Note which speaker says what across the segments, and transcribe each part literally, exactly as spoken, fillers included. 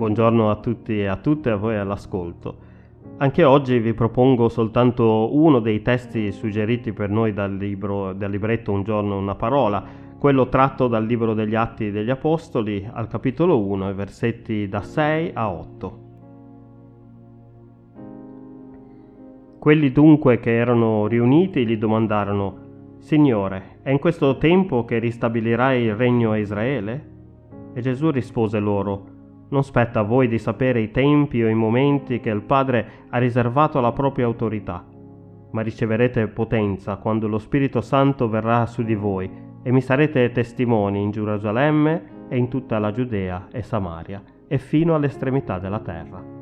Speaker 1: Buongiorno a tutti e a tutte, a voi all'ascolto. Anche oggi vi propongo soltanto uno dei testi suggeriti per noi dal, libro, dal libretto Un giorno una parola, quello tratto dal libro degli Atti degli Apostoli al capitolo uno, i versetti da sei a otto. Quelli dunque che erano riuniti gli domandarono: Signore, è in questo tempo che ristabilirai il regno a Israele? E Gesù rispose loro: Non spetta a voi di sapere i tempi o i momenti che il Padre ha riservato alla propria autorità, ma riceverete potenza quando lo Spirito Santo verrà su di voi e mi sarete testimoni in Gerusalemme e in tutta la Giudea e Samaria e fino all'estremità della terra.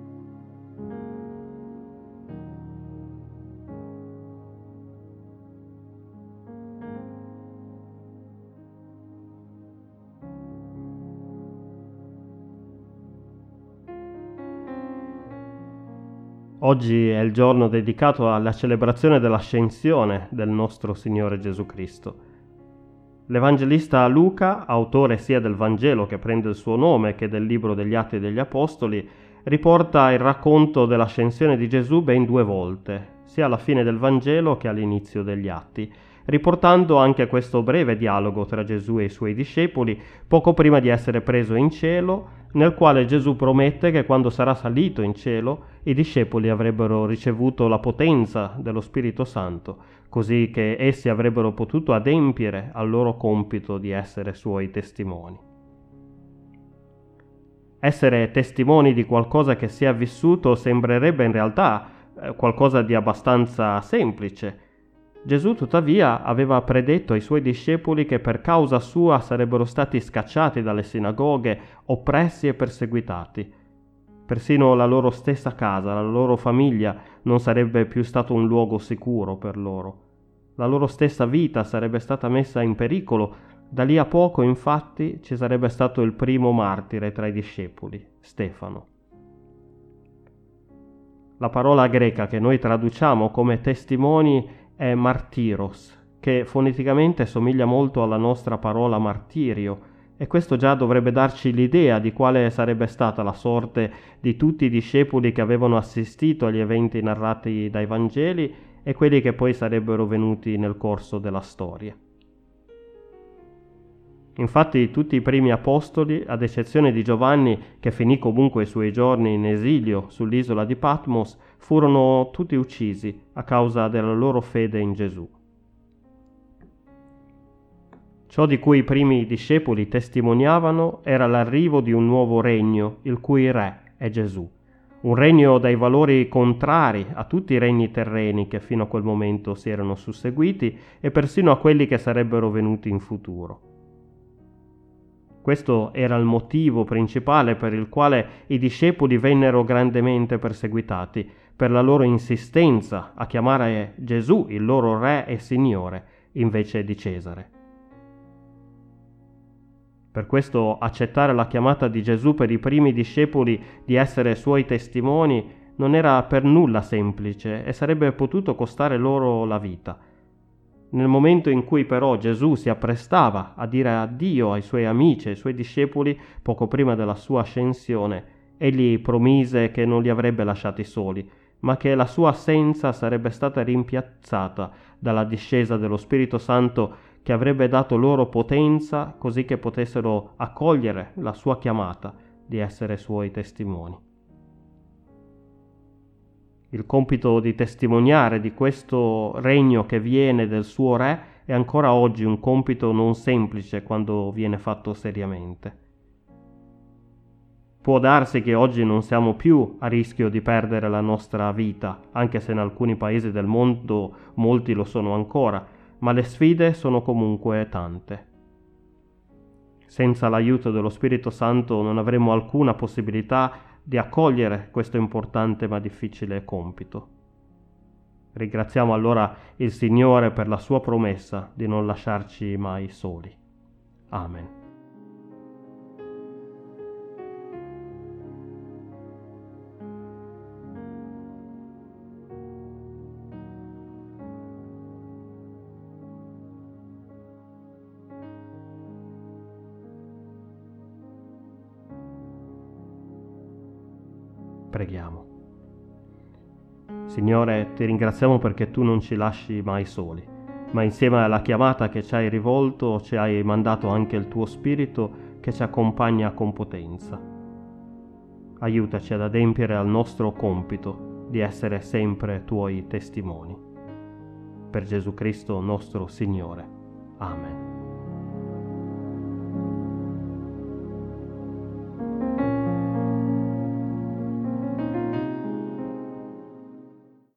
Speaker 1: Oggi è il giorno dedicato alla celebrazione dell'ascensione del nostro Signore Gesù Cristo. L'Evangelista Luca, autore sia del Vangelo che prende il suo nome che del libro degli Atti degli Apostoli, riporta il racconto dell'ascensione di Gesù ben due volte, sia alla fine del Vangelo che all'inizio degli Atti, riportando anche questo breve dialogo tra Gesù e i suoi discepoli poco prima di essere preso in cielo, nel quale Gesù promette che quando sarà salito in cielo i discepoli avrebbero ricevuto la potenza dello Spirito Santo, così che essi avrebbero potuto adempiere al loro compito di essere suoi testimoni. Essere testimoni di qualcosa che si è vissuto sembrerebbe in realtà eh, qualcosa di abbastanza semplice. Gesù tuttavia aveva predetto ai suoi discepoli che per causa sua sarebbero stati scacciati dalle sinagoghe, oppressi e perseguitati. Persino la loro stessa casa, la loro famiglia non sarebbe più stato un luogo sicuro per loro. La loro stessa vita sarebbe stata messa in pericolo. Da lì a poco, infatti, ci sarebbe stato il primo martire tra i discepoli, Stefano. La parola greca che noi traduciamo come testimoni è martiros, che foneticamente somiglia molto alla nostra parola martirio, e questo già dovrebbe darci l'idea di quale sarebbe stata la sorte di tutti i discepoli che avevano assistito agli eventi narrati dai Vangeli e quelli che poi sarebbero venuti nel corso della storia. Infatti tutti i primi apostoli, ad eccezione di Giovanni, che finì comunque i suoi giorni in esilio sull'isola di Patmos, furono tutti uccisi a causa della loro fede in Gesù. Ciò di cui i primi discepoli testimoniavano era l'arrivo di un nuovo regno, il cui re è Gesù. Un regno dai valori contrari a tutti i regni terreni che fino a quel momento si erano susseguiti e persino a quelli che sarebbero venuti in futuro. Questo era il motivo principale per il quale i discepoli vennero grandemente perseguitati, per la loro insistenza a chiamare Gesù il loro Re e Signore invece di Cesare. Per questo accettare la chiamata di Gesù per i primi discepoli di essere suoi testimoni non era per nulla semplice e sarebbe potuto costare loro la vita. Nel momento in cui però Gesù si apprestava a dire addio ai suoi amici e ai suoi discepoli, poco prima della sua ascensione, egli promise che non li avrebbe lasciati soli, ma che la sua assenza sarebbe stata rimpiazzata dalla discesa dello Spirito Santo che avrebbe dato loro potenza così che potessero accogliere la sua chiamata di essere suoi testimoni. Il compito di testimoniare di questo regno che viene del suo re è ancora oggi un compito non semplice quando viene fatto seriamente. Può darsi che oggi non siamo più a rischio di perdere la nostra vita, anche se in alcuni paesi del mondo molti lo sono ancora, ma le sfide sono comunque tante. Senza l'aiuto dello Spirito Santo non avremo alcuna possibilità di accogliere questo importante ma difficile compito. Ringraziamo allora il Signore per la sua promessa di non lasciarci mai soli. Amen. Preghiamo. Signore, ti ringraziamo perché tu non ci lasci mai soli, ma insieme alla chiamata che ci hai rivolto ci hai mandato anche il tuo Spirito che ci accompagna con potenza. Aiutaci ad adempiere al nostro compito di essere sempre tuoi testimoni. Per Gesù Cristo nostro Signore. Amen.